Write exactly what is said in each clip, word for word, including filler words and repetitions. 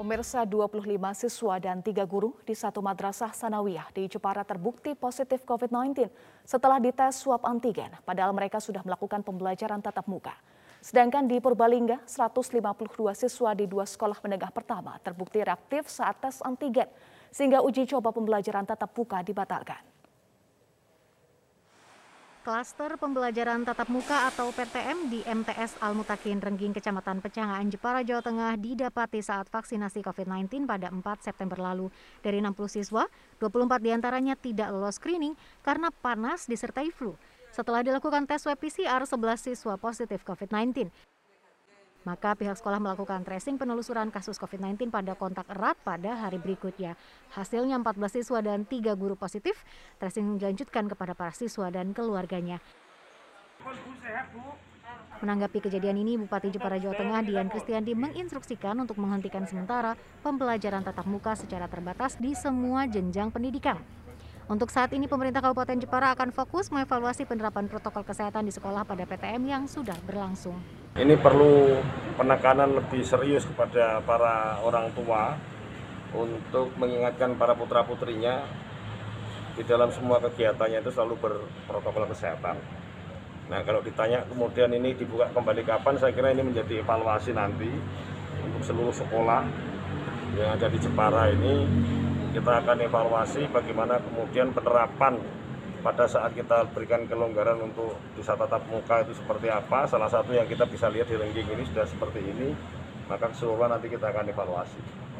Pemirsa, dua puluh lima siswa dan tiga guru di satu madrasah sanawiyah di Jepara terbukti positif covid sembilan belas setelah dites swab antigen, padahal mereka sudah melakukan pembelajaran tatap muka. Sedangkan di Purbalingga, seratus lima puluh dua siswa di dua sekolah menengah pertama terbukti reaktif saat tes antigen, sehingga uji coba pembelajaran tatap muka dibatalkan. Klaster pembelajaran tatap muka atau P T M di M T S Al-Mutakin Rengging, Kecamatan Pecangaan, Jepara, Jawa Tengah didapati saat vaksinasi covid sembilan belas pada empat September lalu. Dari enam puluh siswa, dua puluh empat diantaranya tidak lolos screening karena panas disertai flu. Setelah dilakukan tes swab P C R, sebelas siswa positif covid sembilan belas. Maka pihak sekolah melakukan tracing penelusuran kasus covid sembilan belas pada kontak erat pada hari berikutnya. Hasilnya empat belas siswa dan tiga guru positif. Tracing dilanjutkan kepada para siswa dan keluarganya. Menanggapi kejadian ini, Bupati Jepara, Jawa Tengah, Dian Kristianti menginstruksikan untuk menghentikan sementara pembelajaran tatap muka secara terbatas di semua jenjang pendidikan. Untuk saat ini, pemerintah Kabupaten Jepara akan fokus mengevaluasi penerapan protokol kesehatan di sekolah pada P T M yang sudah berlangsung. Ini perlu penekanan lebih serius kepada para orang tua untuk mengingatkan para putra-putrinya di dalam semua kegiatannya itu selalu berprotokol kesehatan. Nah, kalau ditanya kemudian ini dibuka kembali kapan, saya kira ini menjadi evaluasi nanti untuk seluruh sekolah yang ada di Jepara ini. Kita akan evaluasi bagaimana kemudian penerapan pada saat kita berikan kelonggaran untuk bisa tatap muka itu seperti apa. Salah satu yang kita bisa lihat di Rengging ini sudah seperti ini, maka keseluruhan nanti kita akan evaluasi.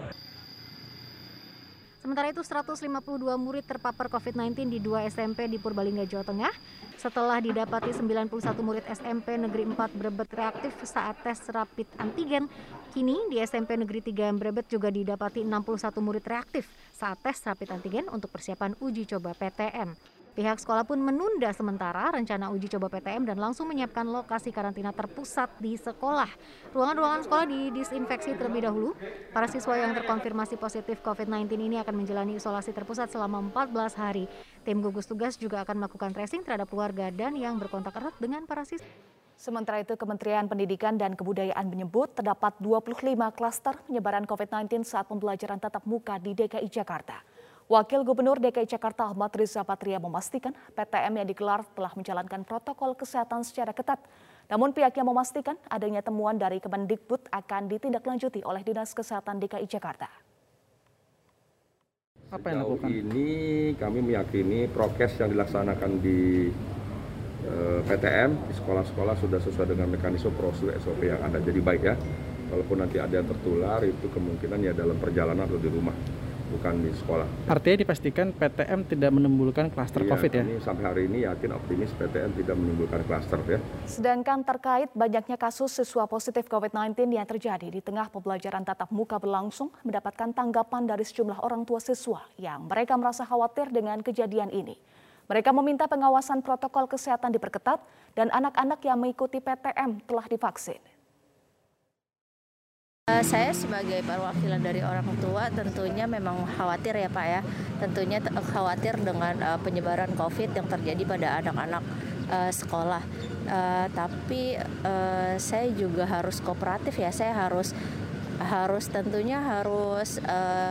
Sementara itu, seratus lima puluh dua murid terpapar covid sembilan belas di dua S M P di Purbalingga, Jawa Tengah. Setelah didapati sembilan puluh satu murid S M P Negeri empat Brebet reaktif saat tes rapid antigen, kini di S M P Negeri tiga Brebet juga didapati enam puluh satu murid reaktif saat tes rapid antigen untuk persiapan uji coba P T M. Pihak sekolah pun menunda sementara rencana uji coba P T M dan langsung menyiapkan lokasi karantina terpusat di sekolah. Ruangan-ruangan sekolah didisinfeksi terlebih dahulu. Para siswa yang terkonfirmasi positif covid sembilan belas ini akan menjalani isolasi terpusat selama empat belas hari. Tim gugus tugas juga akan melakukan tracing terhadap keluarga dan yang berkontak erat dengan para siswa. Sementara itu, Kementerian Pendidikan dan Kebudayaan menyebut terdapat dua puluh lima klaster penyebaran covid sembilan belas saat pembelajaran tatap muka di D K I Jakarta. Wakil Gubernur D K I Jakarta Ahmad Riza Patria memastikan P T M yang digelar telah menjalankan protokol kesehatan secara ketat. Namun pihaknya memastikan adanya temuan dari Kemendikbud akan ditindaklanjuti oleh Dinas Kesehatan D K I Jakarta. Apa yang dilakukan? Ini kami meyakini prokes yang dilaksanakan di eh, P T M di sekolah-sekolah sudah sesuai dengan mekanisme prosedur S O P yang ada. Jadi baik ya, walaupun nanti ada yang tertular itu kemungkinan ya dalam perjalanan atau di rumah, bukan di sekolah. Artinya dipastikan P T M tidak menimbulkan klaster iya, COVID ya? Kami sampai hari ini yakin optimis P T M tidak menimbulkan klaster ya. Sedangkan terkait banyaknya kasus siswa positif covid sembilan belas yang terjadi di tengah pembelajaran tatap muka berlangsung, mendapatkan tanggapan dari sejumlah orang tua siswa yang mereka merasa khawatir dengan kejadian ini. Mereka meminta pengawasan protokol kesehatan diperketat dan anak-anak yang mengikuti P T M telah divaksin. Saya sebagai perwakilan dari orang tua tentunya memang khawatir ya Pak ya, tentunya khawatir dengan uh, penyebaran COVID yang terjadi pada anak-anak uh, sekolah. Uh, tapi uh, saya juga harus kooperatif ya, saya harus harus tentunya harus uh,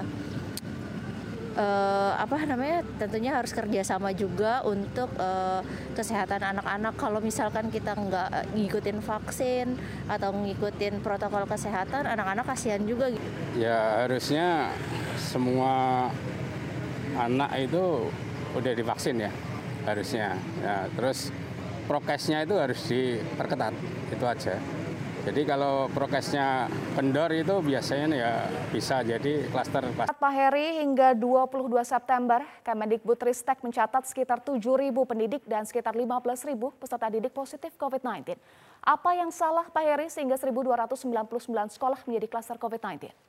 Uh, apa namanya tentunya harus kerjasama juga untuk uh, kesehatan anak-anak. Kalau misalkan kita nggak ngikutin vaksin atau ngikutin protokol kesehatan, anak-anak kasihan juga. Ya harusnya semua anak itu udah divaksin ya harusnya. Ya, terus prokesnya itu harus diperketat, itu aja. Jadi kalau prokesnya kendor itu biasanya ya bisa jadi klaster. Pak Heri, hingga dua puluh dua September, Kemendikbudristek mencatat sekitar tujuh ribu pendidik dan sekitar lima belas ribu peserta didik positif covid sembilan belas. Apa yang salah Pak Heri sehingga seribu dua ratus sembilan puluh sembilan sekolah menjadi klaster covid sembilan belas?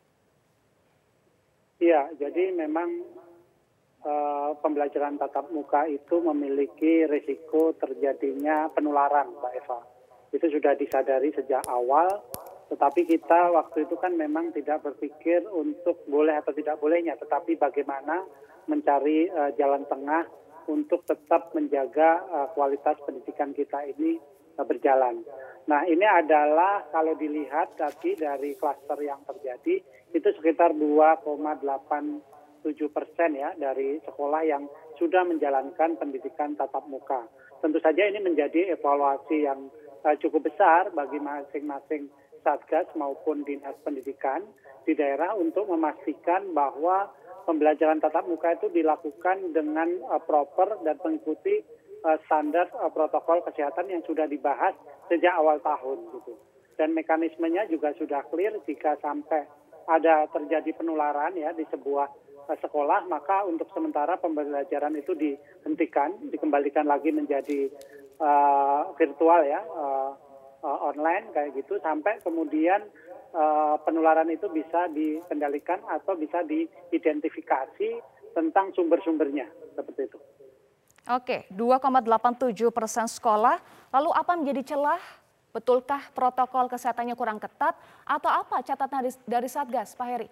Iya, jadi memang uh, pembelajaran tatap muka itu memiliki risiko terjadinya penularan, Mbak Eva. Itu sudah disadari sejak awal, tetapi kita waktu itu kan memang tidak berpikir untuk boleh atau tidak bolehnya, tetapi bagaimana mencari uh, jalan tengah untuk tetap menjaga uh, kualitas pendidikan kita ini berjalan. Nah, ini adalah kalau dilihat tadi dari klaster yang terjadi itu sekitar dua koma delapan tujuh persen ya dari sekolah yang sudah menjalankan pendidikan tatap muka. Tentu saja ini menjadi evaluasi yang uh, cukup besar bagi masing-masing Satgas maupun Dinas Pendidikan di daerah untuk memastikan bahwa pembelajaran tatap muka itu dilakukan dengan uh, proper dan mengikuti uh, standar uh, protokol kesehatan yang sudah dibahas sejak awal tahun gitu. Dan mekanismenya juga sudah clear jika sampai ada terjadi penularan ya di sebuah uh, sekolah, maka untuk sementara pembelajaran itu dihentikan, dikembalikan lagi menjadi uh, virtual ya, uh, uh, online kayak gitu sampai kemudian Uh, penularan itu bisa dikendalikan atau bisa diidentifikasi tentang sumber-sumbernya, seperti itu. Oke, dua koma delapan tujuh persen sekolah. Lalu apa menjadi celah? Betulkah protokol kesehatannya kurang ketat? Atau apa catatan dari, dari Satgas, Pak Heri?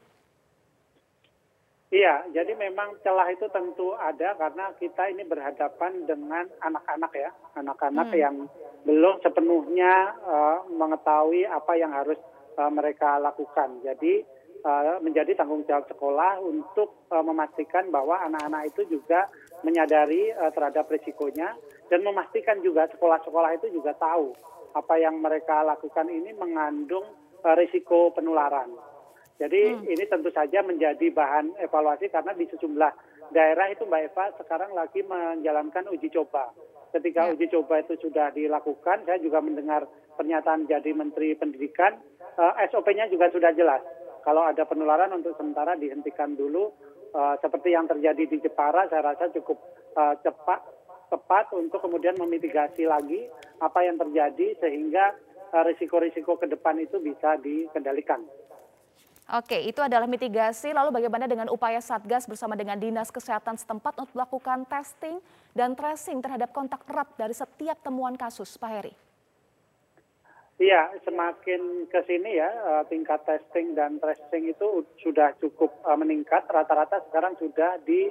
Iya, jadi memang celah itu tentu ada karena kita ini berhadapan dengan anak-anak ya, anak-anak hmm. yang belum sepenuhnya uh, mengetahui apa yang harus Uh, mereka lakukan. Jadi uh, menjadi tanggung jawab sekolah untuk uh, memastikan bahwa anak-anak itu juga menyadari uh, terhadap risikonya dan memastikan juga sekolah-sekolah itu juga tahu apa yang mereka lakukan ini mengandung uh, risiko penularan. Jadi hmm. ini tentu saja menjadi bahan evaluasi karena di sejumlah daerah itu Mbak Eva sekarang lagi menjalankan uji coba. Ketika ya. uji coba itu sudah dilakukan, saya juga mendengar pernyataan jadi Menteri Pendidikan, uh, S O P-nya juga sudah jelas. Kalau ada penularan untuk sementara dihentikan dulu, uh, seperti yang terjadi di Jepara, saya rasa cukup uh, cepat, tepat untuk kemudian memitigasi lagi apa yang terjadi sehingga uh, risiko-risiko ke depan itu bisa dikendalikan. Oke, itu adalah mitigasi. Lalu bagaimana dengan upaya Satgas bersama dengan Dinas Kesehatan setempat untuk melakukan testing dan tracing terhadap kontak erat dari setiap temuan kasus, Pak Heri? Iya, semakin ke sini ya tingkat testing dan tracing itu sudah cukup meningkat. Rata-rata sekarang sudah di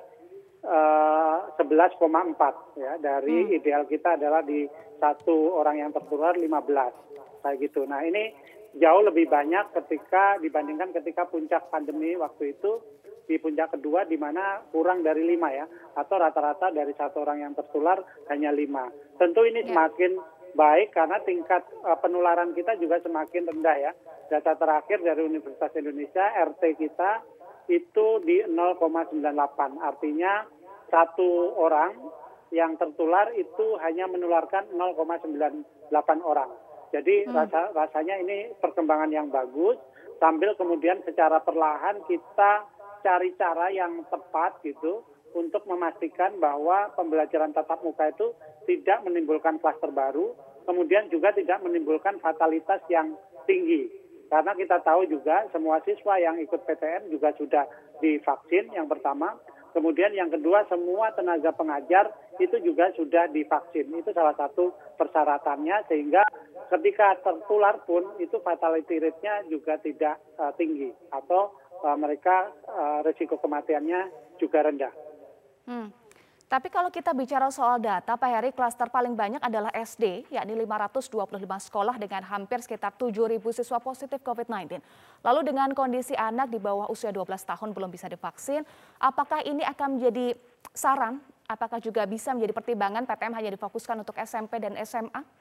uh, sebelas koma empat ya. Dari hmm. ideal kita adalah di satu orang yang tertular lima belas kayak gitu. Nah ini jauh lebih banyak ketika dibandingkan ketika puncak pandemi waktu itu di puncak kedua di mana kurang dari lima ya, atau rata-rata dari satu orang yang tertular hanya lima. Tentu ini ya. semakin baik karena tingkat uh, penularan kita juga semakin rendah ya. Data terakhir dari Universitas Indonesia R T kita itu di nol koma sembilan delapan, artinya satu orang yang tertular itu hanya menularkan nol koma sembilan delapan orang. Jadi hmm. rasa, rasanya ini perkembangan yang bagus, sambil kemudian secara perlahan kita cari cara yang tepat gitu untuk memastikan bahwa pembelajaran tatap muka itu tidak menimbulkan klaster baru, kemudian juga tidak menimbulkan fatalitas yang tinggi. Karena kita tahu juga semua siswa yang ikut P T M juga sudah divaksin yang pertama. Kemudian yang kedua, semua tenaga pengajar itu juga sudah divaksin. Itu salah satu persyaratannya sehingga ketika tertular pun itu fatality rate-nya juga tidak uh, tinggi atau uh, mereka uh, risiko kematiannya juga rendah. Hmm. Tapi kalau kita bicara soal data, Pak Heri, klaster paling banyak adalah S D, yakni lima ratus dua puluh lima sekolah dengan hampir sekitar tujuh ribu siswa positif COVID sembilan belas. Lalu dengan kondisi anak di bawah usia dua belas tahun belum bisa divaksin, apakah ini akan menjadi saran? Apakah juga bisa menjadi pertimbangan P T M hanya difokuskan untuk S M P dan S M A?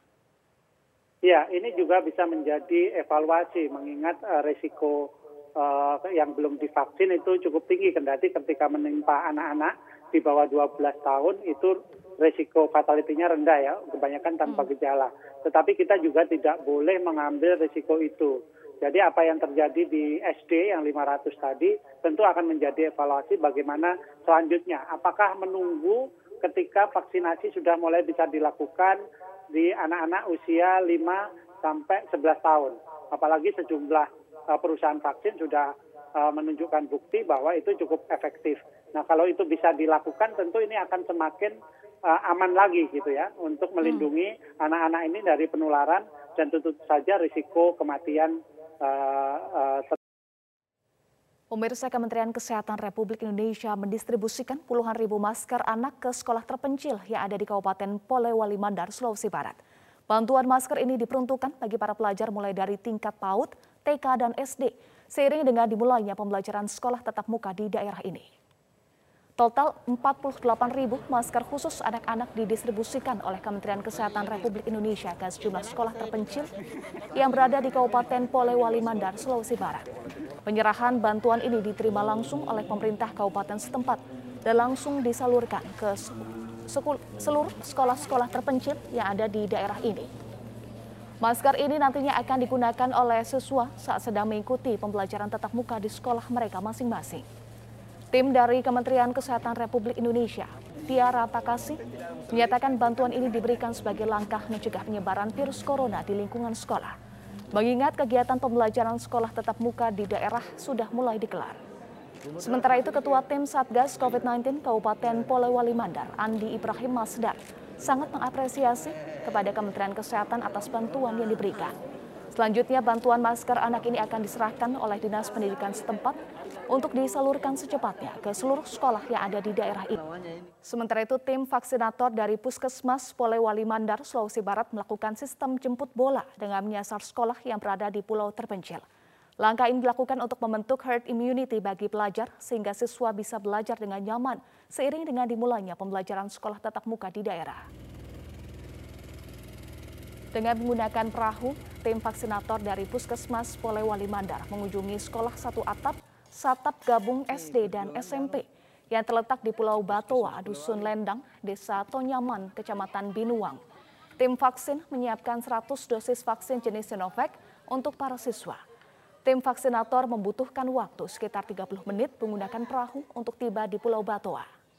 Ya, ini juga bisa menjadi evaluasi mengingat uh, risiko uh, yang belum divaksin itu cukup tinggi, kendati ketika menimpa anak-anak di bawah dua belas tahun itu risiko fatality-nya rendah ya, kebanyakan tanpa gejala. Tetapi kita juga tidak boleh mengambil risiko itu. Jadi apa yang terjadi di S D yang lima ratus tadi tentu akan menjadi evaluasi bagaimana selanjutnya. Apakah menunggu ketika vaksinasi sudah mulai bisa dilakukan di anak-anak usia lima sampai sebelas tahun. Apalagi sejumlah uh, perusahaan vaksin sudah uh, menunjukkan bukti bahwa itu cukup efektif. Nah, kalau itu bisa dilakukan tentu ini akan semakin uh, aman lagi gitu ya untuk melindungi anak-anak hmm. ini dari penularan dan tentu saja risiko kematian uh, uh, Pemirsa, Kementerian Kesehatan Republik Indonesia mendistribusikan puluhan ribu masker anak ke sekolah terpencil yang ada di Kabupaten Polewali Mandar, Sulawesi Barat. Bantuan masker ini diperuntukkan bagi para pelajar mulai dari tingkat PAUD, T K, dan S D, seiring dengan dimulainya pembelajaran sekolah tatap muka di daerah ini. Total empat puluh delapan ribu masker khusus anak-anak didistribusikan oleh Kementerian Kesehatan Republik Indonesia ke sejumlah sekolah terpencil yang berada di Kabupaten Polewali Mandar, Sulawesi Barat. Penyerahan bantuan ini diterima langsung oleh pemerintah kabupaten setempat dan langsung disalurkan ke seluruh sekolah-sekolah terpencil yang ada di daerah ini. Masker ini nantinya akan digunakan oleh siswa saat sedang mengikuti pembelajaran tatap muka di sekolah mereka masing-masing. Tim dari Kementerian Kesehatan Republik Indonesia, Tiara Takasih, menyatakan bantuan ini diberikan sebagai langkah mencegah penyebaran virus corona di lingkungan sekolah. Mengingat kegiatan pembelajaran sekolah tatap muka di daerah sudah mulai digelar. Sementara itu, Ketua Tim Satgas COVID sembilan belas Kabupaten Polewali Mandar, Andi Ibrahim Masdar, sangat mengapresiasi kepada Kementerian Kesehatan atas bantuan yang diberikan. Selanjutnya, bantuan masker anak ini akan diserahkan oleh Dinas Pendidikan setempat untuk disalurkan secepatnya ke seluruh sekolah yang ada di daerah ini. Sementara itu, tim vaksinator dari Puskesmas Polewali Mandar, Sulawesi Barat melakukan sistem jemput bola dengan menyasar sekolah yang berada di pulau terpencil. Langkah ini dilakukan untuk membentuk herd immunity bagi pelajar sehingga siswa bisa belajar dengan nyaman seiring dengan dimulainya pembelajaran sekolah tatap muka di daerah. Dengan menggunakan perahu, tim vaksinator dari Puskesmas Polewali Mandar mengunjungi sekolah satu atap, Satap Gabung S D dan S M P yang terletak di Pulau Batoa, Dusun Lendang, Desa Tonyaman, Kecamatan Binuang. Tim vaksin menyiapkan seratus dosis vaksin jenis Sinovac untuk para siswa. Tim vaksinator membutuhkan waktu sekitar tiga puluh menit menggunakan perahu untuk tiba di Pulau Batoa.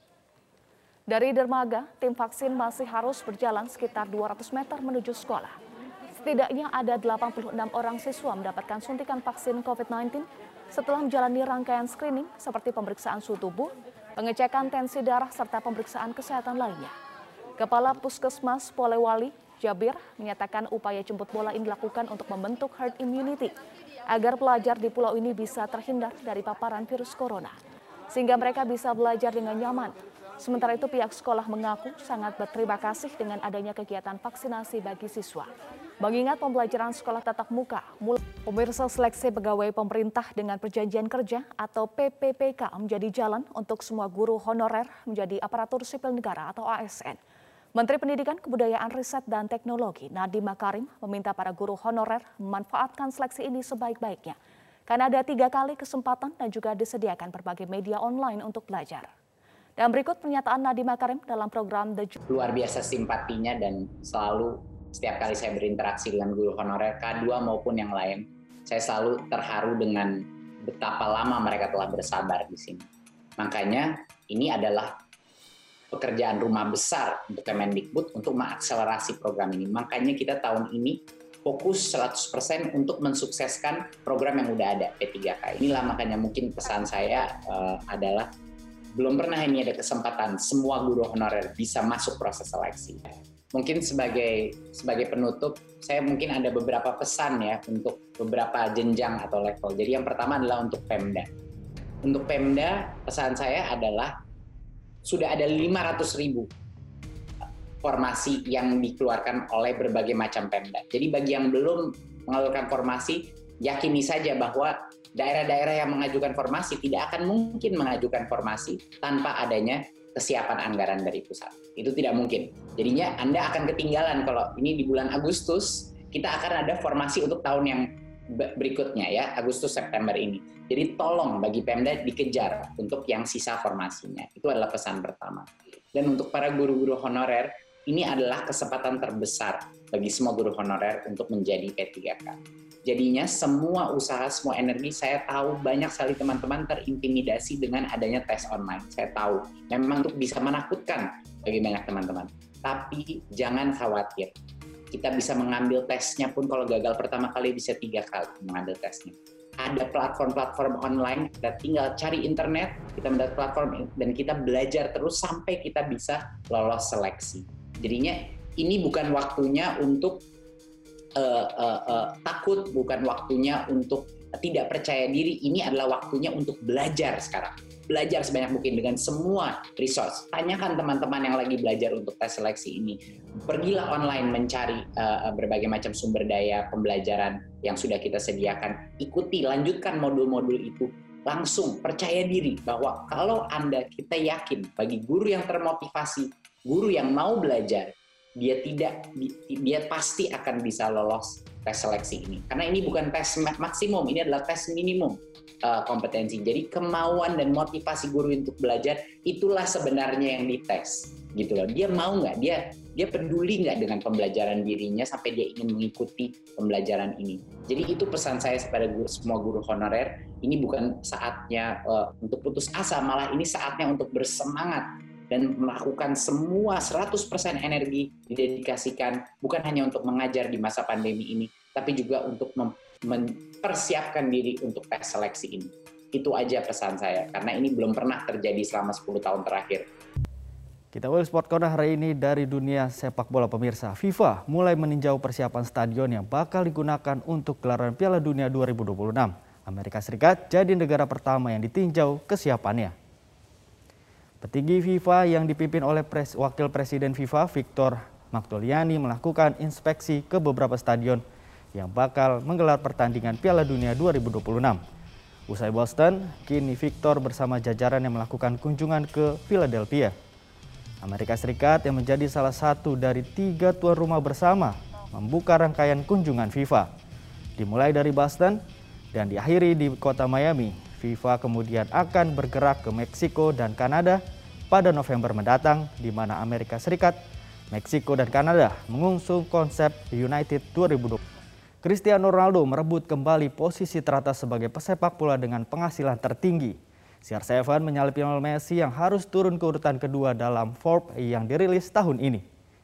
Dari dermaga, tim vaksin masih harus berjalan sekitar dua ratus meter menuju sekolah. Setidaknya ada delapan puluh enam orang siswa mendapatkan suntikan vaksin COVID sembilan belas setelah menjalani rangkaian screening seperti pemeriksaan suhu tubuh, pengecekan tensi darah, serta pemeriksaan kesehatan lainnya. Kepala Puskesmas Polewali, Jabir, menyatakan upaya jemput bola ini dilakukan untuk membentuk herd immunity agar pelajar di pulau ini bisa terhindar dari paparan virus corona, sehingga mereka bisa belajar dengan nyaman. Sementara itu, pihak sekolah mengaku sangat berterima kasih dengan adanya kegiatan vaksinasi bagi siswa. Mengingat pembelajaran sekolah tatap muka, mulai pemirsa seleksi pegawai pemerintah dengan perjanjian kerja atau P P P K menjadi jalan untuk semua guru honorer menjadi aparatur sipil negara atau A S N. Menteri Pendidikan, Kebudayaan, Riset, dan Teknologi Nadiem Makarim meminta para guru honorer memanfaatkan seleksi ini sebaik-baiknya. Karena ada tiga kali kesempatan dan juga disediakan berbagai media online untuk belajar. Dan berikut pernyataan Nadiem Makarim dalam program The Job. Luar biasa simpatinya dan selalu setiap kali saya berinteraksi dengan guru honorer K dua maupun yang lain, saya selalu terharu dengan betapa lama mereka telah bersabar di sini. Makanya ini adalah pekerjaan rumah besar untuk Kemendikbud untuk mengakselerasi program ini. Makanya kita tahun ini fokus seratus persen untuk mensukseskan program yang udah ada P tiga K. Inilah makanya mungkin pesan saya uh, adalah belum pernah ini ada kesempatan semua guru honorer bisa masuk proses seleksi. Mungkin sebagai sebagai penutup, saya mungkin ada beberapa pesan ya untuk beberapa jenjang atau level. Jadi yang pertama adalah untuk Pemda. Untuk Pemda, pesan saya adalah sudah ada lima ratus ribu formasi yang dikeluarkan oleh berbagai macam Pemda. Jadi bagi yang belum mengalurkan formasi, yakini saja bahwa daerah-daerah yang mengajukan formasi tidak akan mungkin mengajukan formasi tanpa adanya kesiapan anggaran dari pusat. Itu tidak mungkin. Jadinya Anda akan ketinggalan kalau ini di bulan Agustus, kita akan ada formasi untuk tahun yang berikutnya ya, Agustus September ini. Jadi tolong bagi Pemda dikejar untuk yang sisa formasinya. Itu adalah pesan pertama. Dan untuk para guru-guru honorer, ini adalah kesempatan terbesar bagi semua guru honorer untuk menjadi P tiga K. Jadinya semua usaha, semua energi, saya tahu banyak sekali teman-teman terintimidasi dengan adanya tes online. Saya tahu, memang untuk bisa menakutkan bagi banyak teman-teman. Tapi jangan khawatir. Kita bisa mengambil tesnya pun kalau gagal pertama kali bisa tiga kali mengambil tesnya. Ada platform-platform online, kita tinggal cari internet, kita mendapat platform dan kita belajar terus sampai kita bisa lolos seleksi. Jadinya ini bukan waktunya untuk uh, uh, uh, takut, bukan waktunya untuk tidak percaya diri. Ini adalah waktunya untuk belajar sekarang. Belajar sebanyak mungkin dengan semua resource. Tanyakan teman-teman yang lagi belajar untuk tes seleksi ini. Pergilah online mencari uh, berbagai macam sumber daya pembelajaran yang sudah kita sediakan. Ikuti, lanjutkan modul-modul itu. Langsung percaya diri bahwa kalau Anda, kita yakin bagi guru yang termotivasi, guru yang mau belajar, dia tidak, dia pasti akan bisa lolos tes seleksi ini. Karena ini bukan tes maksimum, ini adalah tes minimum uh, kompetensi. Jadi kemauan dan motivasi guru untuk belajar itulah sebenarnya yang dites, gitu loh. Dia mau nggak? Dia dia peduli nggak dengan pembelajaran dirinya sampai dia ingin mengikuti pembelajaran ini. Jadi itu pesan saya kepada guru, semua guru honorer. Ini bukan saatnya uh, untuk putus asa, malah ini saatnya untuk bersemangat dan melakukan semua seratus persen energi didedikasikan bukan hanya untuk mengajar di masa pandemi ini, tapi juga untuk mempersiapkan diri untuk tes seleksi ini. Itu aja pesan saya, karena ini belum pernah terjadi selama sepuluh tahun terakhir. Kita awali Sport Corner hari ini dari dunia sepak bola pemirsa. FIFA mulai meninjau persiapan stadion yang bakal digunakan untuk gelaran Piala Dunia dua ribu dua puluh enam. Amerika Serikat jadi negara pertama yang ditinjau kesiapannya. Petinggi FIFA yang dipimpin oleh pres, Wakil Presiden FIFA Victor Magdoliani melakukan inspeksi ke beberapa stadion yang bakal menggelar pertandingan Piala Dunia dua ribu dua puluh enam. Usai Boston, kini Victor bersama jajaran yang melakukan kunjungan ke Philadelphia. Amerika Serikat yang menjadi salah satu dari tiga tuan rumah bersama membuka rangkaian kunjungan FIFA. Dimulai dari Boston dan diakhiri di kota Miami. FIFA kemudian akan bergerak ke Meksiko dan Kanada pada November mendatang, di mana Amerika Serikat, Meksiko, dan Kanada mengusung konsep United dua ribu dua puluh. Cristiano Ronaldo merebut kembali posisi teratas sebagai pesepak bola dengan penghasilan tertinggi. C R tujuh menyalip Lionel Messi yang harus turun ke urutan kedua dalam Forbes yang dirilis tahun ini.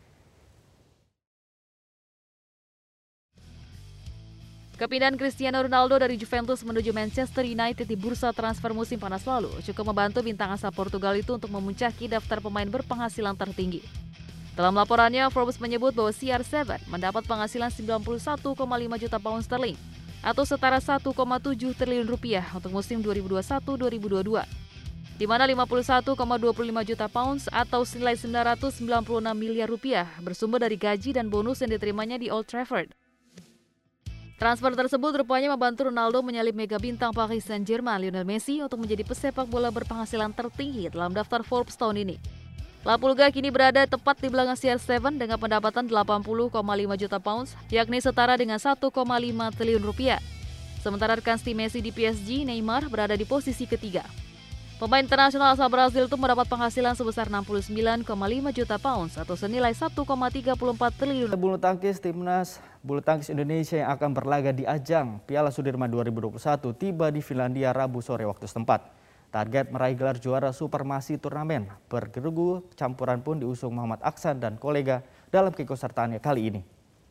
Kepindahan Cristiano Ronaldo dari Juventus menuju Manchester United di bursa transfer musim panas lalu cukup membantu bintang asal Portugal itu untuk memuncaki daftar pemain berpenghasilan tertinggi. Dalam laporannya, Forbes menyebut bahwa C R tujuh mendapat penghasilan sembilan puluh satu koma lima juta pound sterling atau setara satu koma tujuh triliun rupiah untuk musim dua ribu dua puluh satu dua ribu dua puluh dua, di mana lima puluh satu koma dua puluh lima juta pounds atau senilai sembilan ratus sembilan puluh enam miliar rupiah bersumber dari gaji dan bonus yang diterimanya di Old Trafford. Transfer tersebut rupanya membantu Ronaldo menyalip mega bintang Paris Saint-Germain Lionel Messi untuk menjadi pesepak bola berpenghasilan tertinggi dalam daftar Forbes tahun ini. La Pulga kini berada tepat di belakang C R tujuh dengan pendapatan delapan puluh koma lima juta pounds, yakni setara dengan satu koma lima triliun rupiah. Sementara rekan tim Messi di P S G, Neymar, berada di posisi ketiga. Pemain internasional asal Brazil itu mendapat penghasilan sebesar enam puluh sembilan koma lima juta pounds atau senilai satu koma tiga empat triliun. Bulu tangkis timnas bulu tangkis Indonesia yang akan berlaga di ajang Piala Sudirman dua ribu dua puluh satu tiba di Finlandia Rabu sore waktu setempat. Target meraih gelar juara Supermasi turnamen bergerugu campuran pun diusung Muhammad Aksan dan kolega dalam keikutsertaannya kali ini.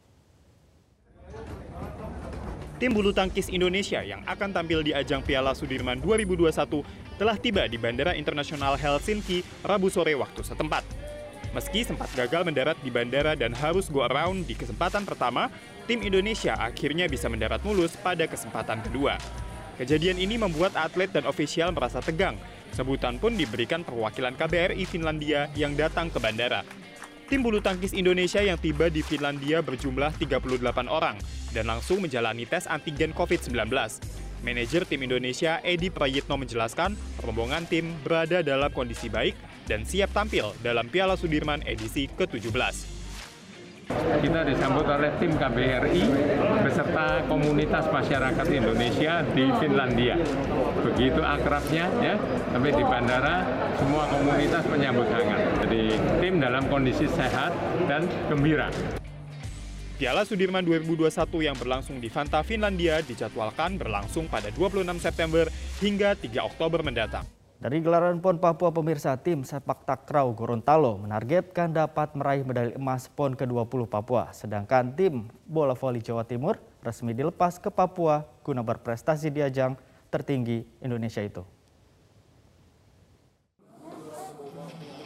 Tim bulu tangkis Indonesia yang akan tampil di ajang Piala Sudirman dua ribu dua puluh satu telah tiba di Bandara Internasional Helsinki Rabu sore waktu setempat. Meski sempat gagal mendarat di bandara dan harus go around di kesempatan pertama, tim Indonesia akhirnya bisa mendarat mulus pada kesempatan kedua. Kejadian ini membuat atlet dan ofisial merasa tegang. Sebutan pun diberikan perwakilan K B R I Finlandia yang datang ke bandara. Tim bulu tangkis Indonesia yang tiba di Finlandia berjumlah tiga puluh delapan orang dan langsung menjalani tes antigen covid sembilan belas. Manajer tim Indonesia Edi Prayitno menjelaskan rombongan tim berada dalam kondisi baik dan siap tampil dalam Piala Sudirman edisi ke tujuh belas. Kita disambut oleh tim K B R I beserta komunitas masyarakat Indonesia di Finlandia. Begitu akrabnya ya, sampai di bandara semua komunitas menyambut hangat. Jadi tim dalam kondisi sehat dan gembira. Piala Sudirman dua ribu dua puluh satu yang berlangsung di Vantaa, Finlandia dijadwalkan berlangsung pada dua puluh enam September hingga tiga Oktober mendatang. Dari gelaran PON Papua pemirsa, tim sepak takraw Gorontalo menargetkan dapat meraih medali emas PON ke dua puluh Papua. Sedangkan tim bola voli Jawa Timur resmi dilepas ke Papua guna berprestasi di ajang tertinggi Indonesia itu.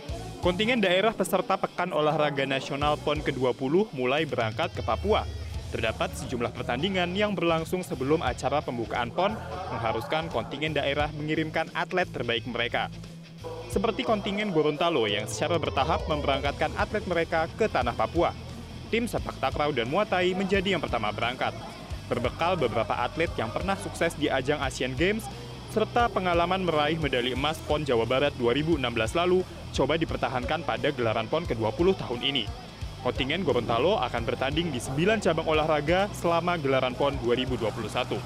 Kontingen daerah peserta Pekan Olahraga Nasional PON ke dua puluh mulai berangkat ke Papua. Terdapat sejumlah pertandingan yang berlangsung sebelum acara pembukaan P O N mengharuskan kontingen daerah mengirimkan atlet terbaik mereka. Seperti kontingen Gorontalo yang secara bertahap memberangkatkan atlet mereka ke tanah Papua. Tim sepak takraw dan Muay Thai menjadi yang pertama berangkat. Berbekal beberapa atlet yang pernah sukses di ajang Asian Games, serta pengalaman meraih medali emas P O N Jawa Barat dua ribu enam belas lalu, coba dipertahankan pada gelaran P O N ke dua puluh tahun ini. Kontingen Gorontalo akan bertanding di sembilan cabang olahraga selama gelaran P O N dua ribu dua puluh satu.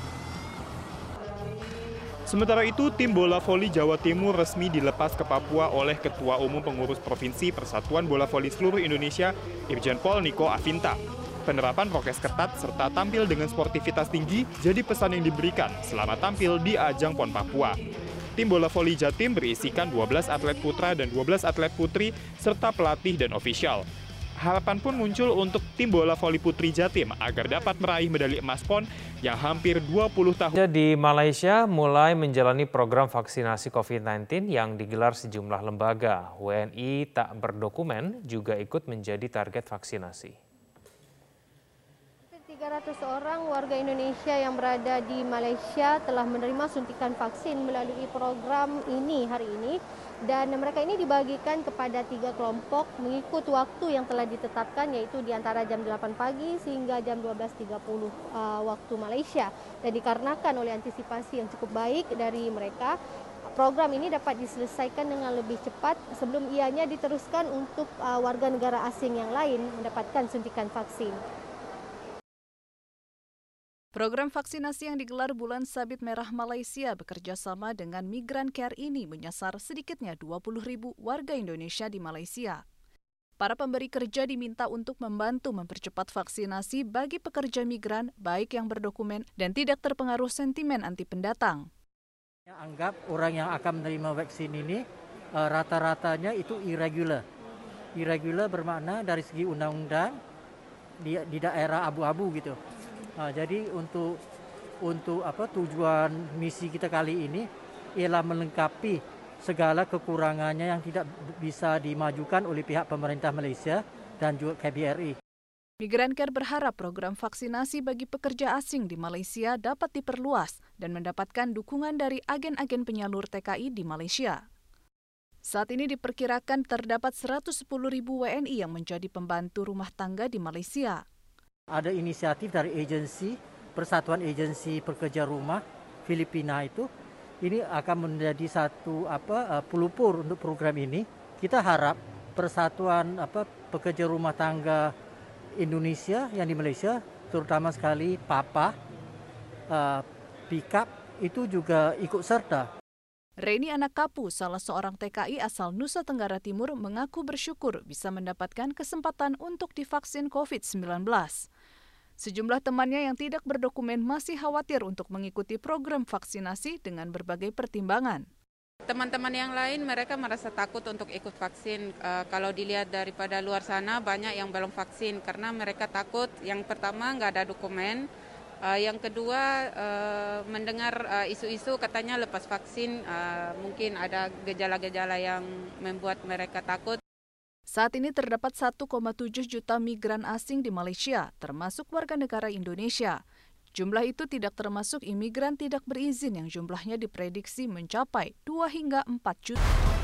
Sementara itu, tim bola voli Jawa Timur resmi dilepas ke Papua oleh Ketua Umum Pengurus Provinsi Persatuan Bola Voli Seluruh Indonesia, Irjen Pol Niko Afinta. Penerapan prokes ketat serta tampil dengan sportivitas tinggi jadi pesan yang diberikan selama tampil di ajang P O N Papua. Tim bola voli Jatim berisikan dua belas atlet putra dan dua belas atlet putri serta pelatih dan ofisial. Harapan pun muncul untuk tim bola voli putri Jatim agar dapat meraih medali emas P O N yang hampir dua puluh tahun. Di Malaysia mulai menjalani program vaksinasi COVID sembilan belas yang digelar sejumlah lembaga. W N I tak berdokumen juga ikut menjadi target vaksinasi. tiga ratus orang warga Indonesia yang berada di Malaysia telah menerima suntikan vaksin melalui program ini hari ini, dan mereka ini dibagikan kepada tiga kelompok mengikut waktu yang telah ditetapkan, yaitu di antara jam delapan pagi sehingga jam dua belas tiga puluh uh, waktu Malaysia. Dan dikarenakan oleh antisipasi yang cukup baik dari mereka, program ini dapat diselesaikan dengan lebih cepat sebelum ianya diteruskan untuk uh, warga negara asing yang lain mendapatkan suntikan vaksin. Program vaksinasi yang digelar Bulan Sabit Merah Malaysia bekerjasama dengan Migran Care ini menyasar sedikitnya dua puluh ribu warga Indonesia di Malaysia. Para pemberi kerja diminta untuk membantu mempercepat vaksinasi bagi pekerja migran, baik yang berdokumen dan tidak terpengaruh sentimen anti pendatang. Anggap orang yang akan menerima vaksin ini uh, rata-ratanya itu irregular. Irregular bermakna dari segi undang-undang di, di daerah abu-abu gitu. Nah, jadi untuk untuk apa tujuan misi kita kali ini ialah melengkapi segala kekurangannya yang tidak bisa dimajukan oleh pihak pemerintah Malaysia dan juga K B R I. Migran Care berharap program vaksinasi bagi pekerja asing di Malaysia dapat diperluas dan mendapatkan dukungan dari agen-agen penyalur T K I di Malaysia. Saat ini diperkirakan terdapat seratus sepuluh ribu W N I yang menjadi pembantu rumah tangga di Malaysia. Ada inisiatif dari agensi, Persatuan Agensi Pekerja Rumah Filipina itu, ini akan menjadi satu apa pelupur untuk program ini. Kita harap Persatuan apa Pekerja Rumah Tangga Indonesia yang di Malaysia, terutama sekali Papa, uh, Pikap itu juga ikut serta. Reni Anakapu, salah seorang T K I asal Nusa Tenggara Timur, mengaku bersyukur bisa mendapatkan kesempatan untuk divaksin COVID sembilan belas. Sejumlah temannya yang tidak berdokumen masih khawatir untuk mengikuti program vaksinasi dengan berbagai pertimbangan. Teman-teman yang lain mereka merasa takut untuk ikut vaksin. Uh, kalau dilihat daripada luar sana banyak yang belum vaksin karena mereka takut. Yang pertama nggak ada dokumen. Uh, yang kedua, uh, mendengar uh, isu-isu katanya lepas vaksin uh, mungkin ada gejala-gejala yang membuat mereka takut. Saat ini terdapat satu koma tujuh juta migran asing di Malaysia, termasuk warga negara Indonesia. Jumlah itu tidak termasuk imigran tidak berizin yang jumlahnya diprediksi mencapai dua hingga empat juta.